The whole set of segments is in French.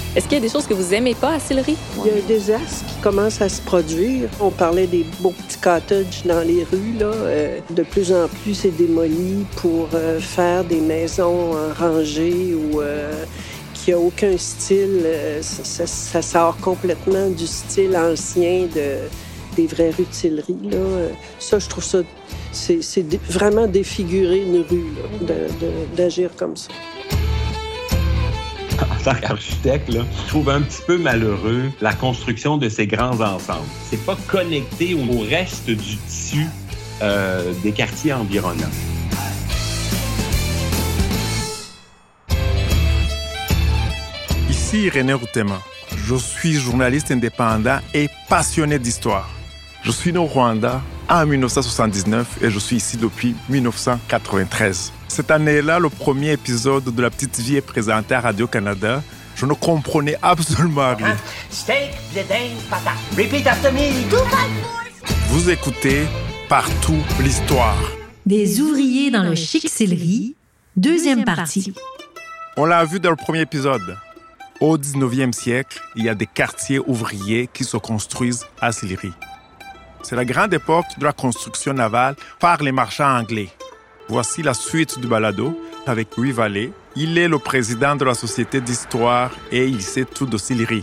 Est-ce qu'il y a des choses que vous aimez pas à Sillery? Il y a un désastre qui commence à se produire. On parlait des beaux petits cottages dans les rues, là. De plus en plus, c'est démoli pour faire des maisons rangées ou qui a aucun style. Ça sort complètement du style ancien des vraies rues de Sillery, là. Ça, je trouve ça... C'est vraiment défigurer une rue, là, d'agir comme ça. En tant qu'architecte, là, je trouve un petit peu malheureux la construction de ces grands ensembles. C'est pas connecté au reste du tissu des quartiers environnants. Ici René Routéma. Je suis journaliste indépendant et passionné d'histoire. Je suis né au Rwanda en 1979 et je suis ici depuis 1993. Cette année-là, le premier épisode de La Petite Vie est présenté à Radio-Canada. Je ne comprenais absolument rien. Steak, blé, patate. Repeat after me. Vous écoutez Partout l'Histoire. Des ouvriers dans le chic Sillery, deuxième partie. On l'a vu dans le premier épisode. Au 19e siècle, il y a des quartiers ouvriers qui se construisent à Sillery. C'est la grande époque de la construction navale par les marchands anglais. Voici la suite du balado avec Louis Vallée. Il est le président de la Société d'histoire et il sait tout de Sillery.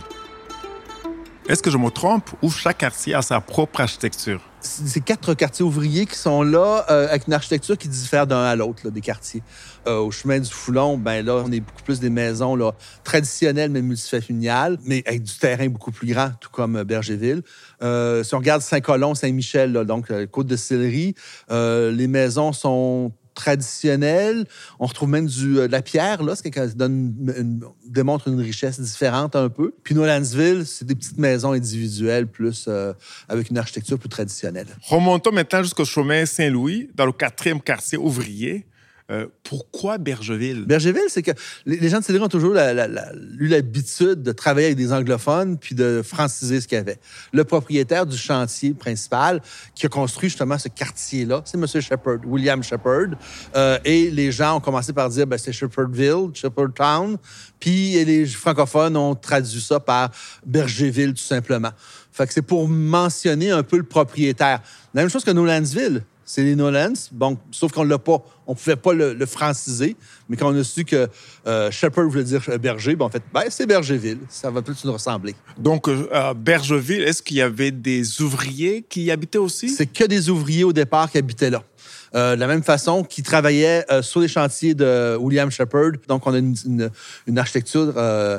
Est-ce que je me trompe ou chaque quartier a sa propre architecture? C'est 4 quartiers ouvriers qui sont là avec une architecture qui diffère d'un à l'autre là, des quartiers. Au chemin du Foulon, ben là, on est beaucoup plus des maisons là, traditionnelles mais multifamiliales, mais avec du terrain beaucoup plus grand, tout comme Bergerville. Si on regarde Saint-Colomb, Saint-Michel, là, donc côte de Sillery, les maisons sont traditionnelles. On retrouve même de la pierre, là, ce qui démontre une richesse différente un peu. Puis Nolansville, c'est des petites maisons individuelles, plus avec une architecture plus traditionnelle. Remontons maintenant jusqu'au chemin Saint-Louis, dans le 4e quartier ouvrier. Pourquoi Bergerville? Bergerville, c'est que les gens de Sillery ont toujours eu l'habitude de travailler avec des anglophones puis de franciser ce qu'il y avait. Le propriétaire du chantier principal qui a construit justement ce quartier-là, c'est M. Shepherd, William Shepherd. Et les gens ont commencé par dire c'est Shepherdville, Shepherdtown. Puis les francophones ont traduit ça par Bergerville, tout simplement. Fait que c'est pour mentionner un peu le propriétaire. La même chose que Nolansville. C'est les Nolans, bon, sauf qu'on l'a pas, on pouvait pas le franciser, mais quand on a su que Shepherd voulait dire berger, en fait, c'est Bergerville, ça va plus nous ressembler. Donc, Bergerville, est-ce qu'il y avait des ouvriers qui y habitaient aussi? C'est que des ouvriers au départ qui habitaient là. De la même façon qu'ils travaillaient sur les chantiers de William Shepherd. Donc, on a une architecture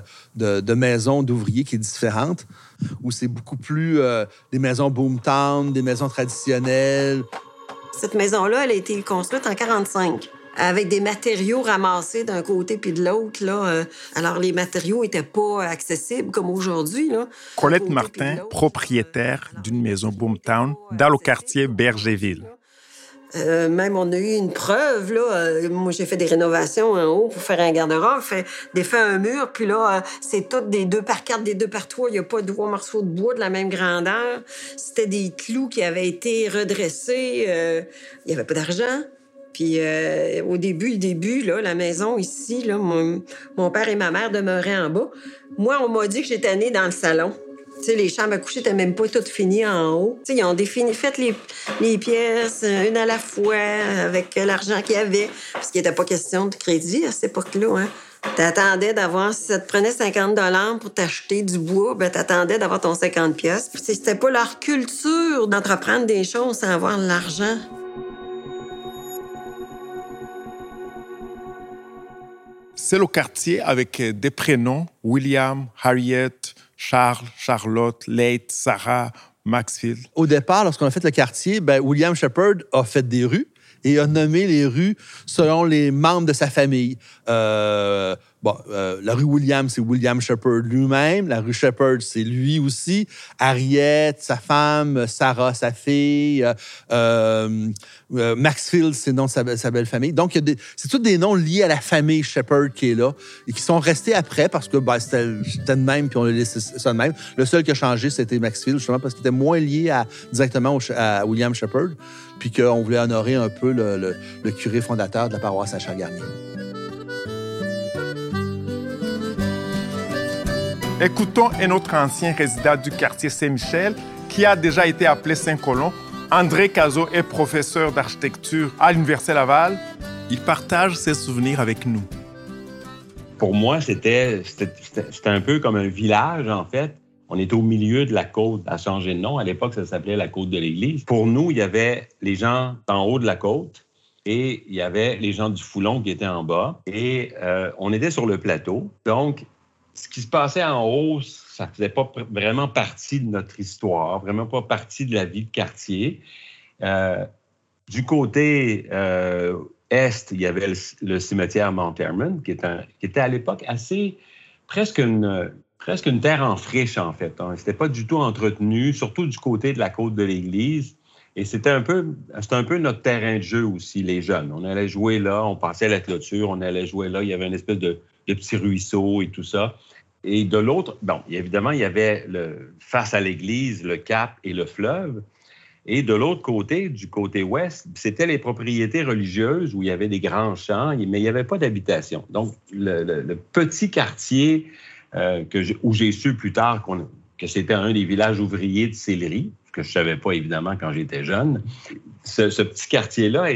de maisons d'ouvriers qui est différente, où c'est beaucoup plus des maisons boomtown, des maisons traditionnelles. Cette maison-là, elle a été construite en 1945, avec des matériaux ramassés d'un côté puis de l'autre, là. Alors, les matériaux n'étaient pas accessibles comme aujourd'hui, là. Colette Martin, propriétaire d'une maison boomtown dans le quartier Bergerville. Même, on a eu une preuve, là. Moi, j'ai fait des rénovations en haut pour faire un garde-robe, défait un mur, puis là, c'est tout des 2x4, des 2x3. Il n'y a pas 2 morceaux de bois de la même grandeur. C'était des clous qui avaient été redressés. Il n'y avait pas d'argent. Puis au début, là, la maison ici, là, mon père et ma mère demeuraient en bas. Moi, on m'a dit que j'étais née dans le salon. Tu sais, les chambres à coucher n'étaient même pas toutes finies en haut. Tu sais, ils ont fait les pièces une à la fois avec l'argent qu'il y avait, parce qu'il n'était pas question de crédit à cette époque-là. Hein. T'attendais d'avoir, si ça te prenait 50 $ pour t'acheter du bois, t'attendais d'avoir ton 50 pièces. Puis c'était pas leur culture d'entreprendre des choses sans avoir l'argent. C'est le quartier avec des prénoms, William, Harriet, Charles, Charlotte, Leigh, Sarah, Maxfield. Au départ, lorsqu'on a fait le quartier, William Shepherd a fait des rues et a nommé les rues selon les membres de sa famille. La rue William, c'est William Shepherd lui-même. La rue Shepherd, c'est lui aussi. Harriet, sa femme. Sarah, sa fille. Maxfield, c'est le nom de sa belle famille. Donc, c'est tous des noms liés à la famille Shepherd qui est là et qui sont restés après parce que c'était de même puis on a laissé ça de même. Le seul qui a changé, c'était Maxfield, justement, parce qu'il était moins lié directement à William Shepherd puis qu'on voulait honorer un peu le curé fondateur de la paroisse à Charles-Garnier. Écoutons un autre ancien résident du quartier Saint-Michel qui a déjà été appelé Saint-Colomb. André Cazot est professeur d'architecture à l'Université Laval. Il partage ses souvenirs avec nous. Pour moi, c'était un peu comme un village, en fait. On était au milieu de la côte. Ça a changé de nom. À l'époque, ça s'appelait la côte de l'Église. Pour nous, il y avait les gens en haut de la côte et il y avait les gens du Foulon qui étaient en bas. Et on était sur le plateau. Donc, ce qui se passait en haut, ça ne faisait pas vraiment partie de notre histoire, vraiment pas partie de la vie de quartier. Du côté est, il y avait le cimetière Mount Hermon, qui était à l'époque presque une terre en friche, en fait. C'était pas du tout entretenu, surtout du côté de la côte de l'Église. Et c'était un peu notre terrain de jeu aussi, les jeunes. On allait jouer là, on passait à la clôture, on allait jouer là. Il y avait une espèce de petits ruisseaux et tout ça. Et de l'autre, évidemment, il y avait face à l'église, le cap et le fleuve. Et de l'autre côté, du côté ouest, c'était les propriétés religieuses où il y avait des grands champs, mais il n'y avait pas d'habitation. Donc, le petit quartier où j'ai su plus tard que c'était un des villages ouvriers de Sillery, ce que je ne savais pas, évidemment, quand j'étais jeune, ce petit quartier-là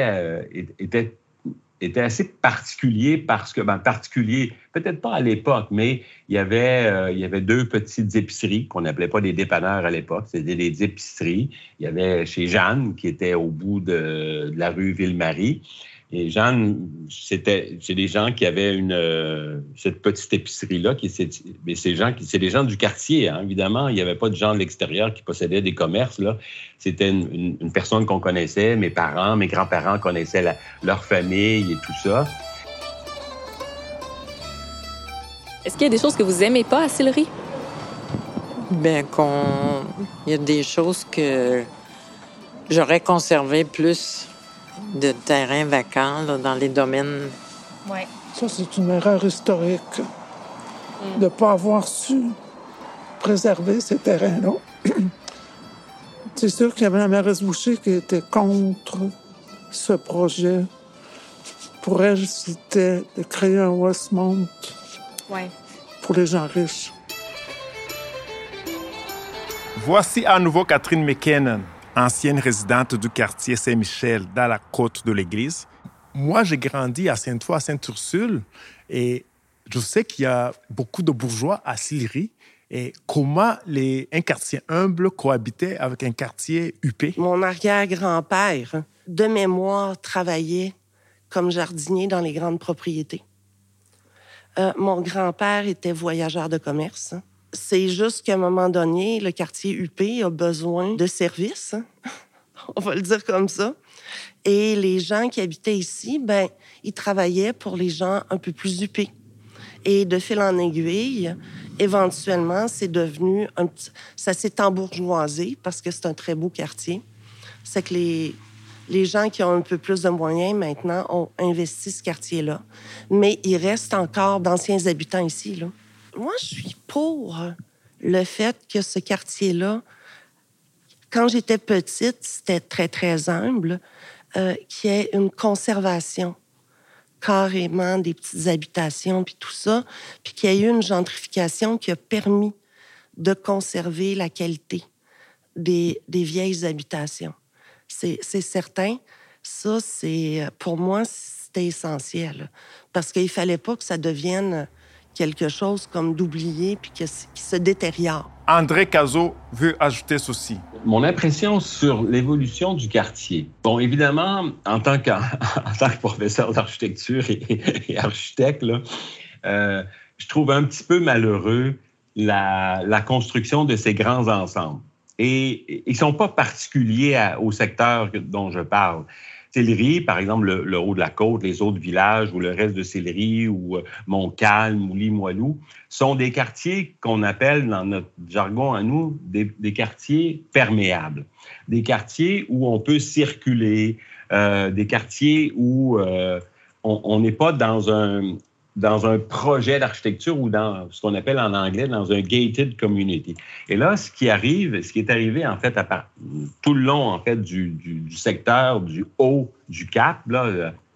était assez particulier parce que, particulier, peut-être pas à l'époque, mais il y avait deux petites épiceries qu'on n'appelait pas des dépanneurs à l'époque, c'était des épiceries. Il y avait chez Jeanne, qui était au bout de la rue Ville-Marie. Et Jeanne, c'est des gens qui avaient cette petite épicerie-là. C'est des gens du quartier, hein, évidemment. Il n'y avait pas de gens de l'extérieur qui possédaient des commerces, là. C'était une personne qu'on connaissait. Mes parents, mes grands-parents connaissaient leur famille et tout ça. Est-ce qu'il y a des choses que vous aimez pas à Sillery? Il y a des choses que j'aurais conservé plus de terrains vacants là, dans les domaines. Ouais. Ça, c'est une erreur historique de ne pas avoir su préserver ces terrains-là. C'est sûr qu'il y avait la mairesse Boucher qui était contre ce projet. Pour elle, c'était de créer un Westmount pour les gens riches. Voici à nouveau Catherine McKinnon, ancienne résidente du quartier Saint-Michel, dans la côte de l'Église. Moi, j'ai grandi à Sainte-Foy, à Sainte-Ursule, et je sais qu'il y a beaucoup de bourgeois à Sillery. Et comment un quartier humble cohabitait avec un quartier huppé? Mon arrière-grand-père, de mémoire, travaillait comme jardinier dans les grandes propriétés. Mon grand-père était voyageur de commerce. C'est juste qu'à un moment donné, le quartier huppé a besoin de services, on va le dire comme ça. Et les gens qui habitaient ici, ils travaillaient pour les gens un peu plus huppés. Et de fil en aiguille, éventuellement, ça s'est embourgeoisé parce que c'est un très beau quartier. C'est que les gens qui ont un peu plus de moyens, maintenant, ont investi ce quartier-là. Mais il reste encore d'anciens habitants ici, là. Moi, je suis pour le fait que ce quartier-là, quand j'étais petite, c'était très, très humble, qu'il y ait une conservation carrément des petites habitations, puis tout ça, puis qu'il y ait eu une gentrification qui a permis de conserver la qualité des vieilles habitations. C'est certain. Ça, pour moi, c'était essentiel. Parce qu'il ne fallait pas que ça devienne quelque chose comme d'oublié puis qui se détériore. André Cazot veut ajouter ceci. Mon impression sur l'évolution du quartier. Bon, évidemment, en tant que professeur d'architecture et architecte, là, je trouve un petit peu malheureux la construction de ces grands ensembles. Et ils ne sont pas particuliers au secteur dont je parle. Sillery, par exemple, le haut de la côte, les autres villages ou le reste de Sillery ou Montcalm ou Limoilou, sont des quartiers qu'on appelle, dans notre jargon à nous, des quartiers perméables. Des quartiers où on peut circuler, des quartiers où on n'est pas dans un projet d'architecture ou dans ce qu'on appelle en anglais, dans un gated community. Et là, ce qui est arrivé, en fait, tout le long, en fait, du secteur du haut du Cap, là,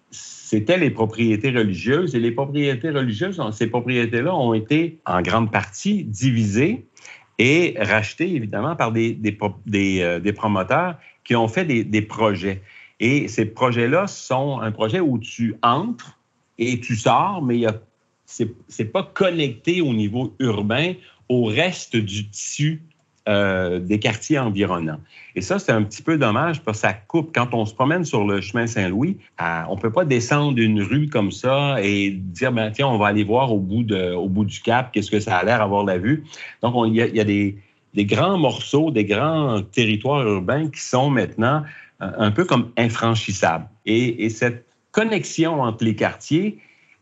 c'était les propriétés religieuses. Et les propriétés religieuses, ces propriétés-là ont été en grande partie divisées et rachetées, évidemment, par des promoteurs qui ont fait des projets. Et ces projets-là sont un projet où tu entres et tu sors, mais c'est pas connecté au niveau urbain au reste du tissu des quartiers environnants. Et ça, c'est un petit peu dommage parce que ça coupe. Quand on se promène sur le chemin Saint-Louis, on peut pas descendre une rue comme ça et dire, ben tiens, on va aller voir au bout du cap, qu'est-ce que ça a l'air avoir la vue. Donc, il y a des grands morceaux, des grands territoires urbains qui sont maintenant un peu comme infranchissables. Et cette connexion entre les quartiers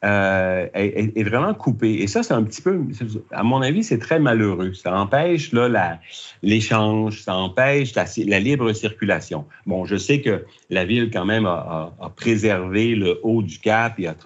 est vraiment coupée. Et ça, c'est un petit peu, à mon avis, c'est très malheureux. Ça empêche là, l'échange, ça empêche la libre circulation. Bon, je sais que la ville, quand même, a préservé le haut du Cap et a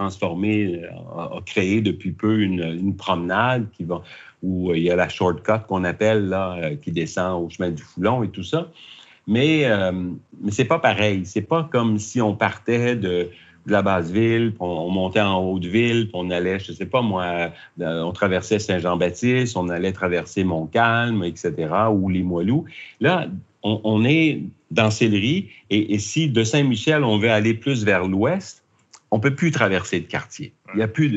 créé depuis peu une promenade où il y a la shortcut qu'on appelle, là, qui descend au chemin du Foulon et tout ça. Mais c'est pas pareil. C'est pas comme si on partait de la basse-ville, on montait en haute-ville, puis on allait, je sais pas moi, on traversait Saint-Jean-Baptiste, on allait traverser Montcalm, etc., ou Limoilou. Là, on est dans Sillery, et si de Saint-Michel, on veut aller plus vers l'ouest, on peut plus traverser de quartier. Il y a plus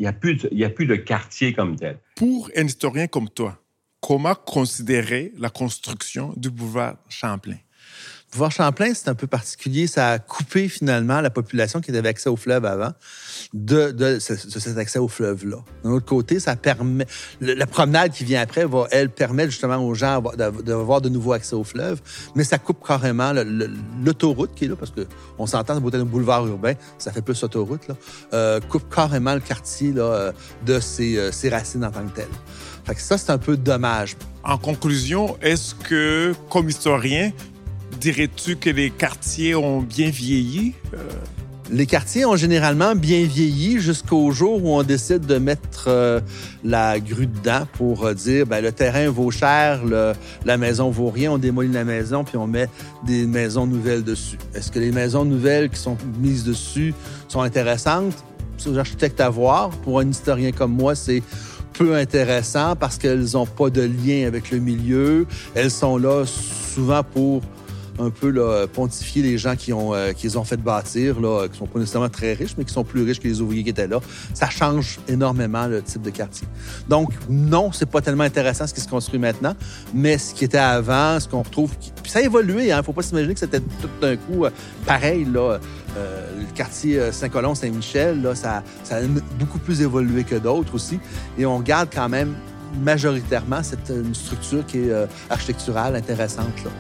de quartier comme tel. Pour un historien comme toi, comment considérer la construction du boulevard Champlain? Le boulevard Champlain, c'est un peu particulier. Ça a coupé finalement la population qui avait accès au fleuve avant de cet accès au fleuve-là. D'un autre côté, ça permet... La promenade qui vient après va, elle, permettre justement aux gens d'avoir de nouveau accès au fleuve, mais ça coupe carrément l'autoroute qui est là, parce qu'on s'entend, c'est un boulevard urbain, ça fait plus autoroute, là, coupe carrément le quartier là, de ses racines en tant que tel. Fait que ça, c'est un peu dommage. En conclusion, est-ce que, comme historien, dirais-tu que les quartiers ont bien vieilli? Les quartiers ont généralement bien vieilli jusqu'au jour où on décide de mettre la grue dedans pour dire le terrain vaut cher, la maison vaut rien. On démolit la maison puis on met des maisons nouvelles dessus. Est-ce que les maisons nouvelles qui sont mises dessus sont intéressantes? C'est aux architectes à voir. Pour un historien comme moi, c'est peu intéressant parce qu'elles n'ont pas de lien avec le milieu. Elles sont là souvent pour un peu là, pontifier les gens qui les ont fait bâtir, là, qui sont pas nécessairement très riches, mais qui sont plus riches que les ouvriers qui étaient là. Ça change énormément le type de quartier. Donc, non, c'est pas tellement intéressant ce qui se construit maintenant, mais ce qui était avant, ce qu'on retrouve... Puis ça a évolué, hein. Faut pas s'imaginer que c'était tout d'un coup pareil, là. Le quartier Saint-Colomb, Saint-Michel, là, ça a beaucoup plus évolué que d'autres aussi. Et on garde quand même majoritairement une structure qui est architecturale intéressante, là.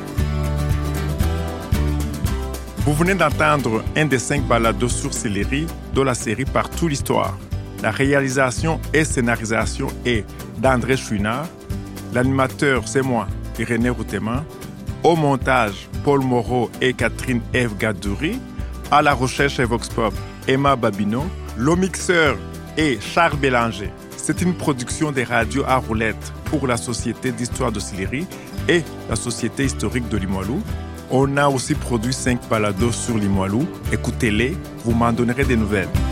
Vous venez d'entendre un des 5 balados sur Sillery de la série Partout l'Histoire. La réalisation et scénarisation est d'André Chouinard. L'animateur, c'est moi, Irénée Routeman. Au montage, Paul Moreau et Catherine Eve Gadouri. À la recherche et Vox Pop, Emma Babineau. Le mixeur est Charles Bélanger. C'est une production des radios à roulettes pour la Société d'histoire de Sillery et la Société historique de Limoilou. On a aussi produit 5 balados sur Limoilou. Écoutez-les, vous m'en donnerez des nouvelles.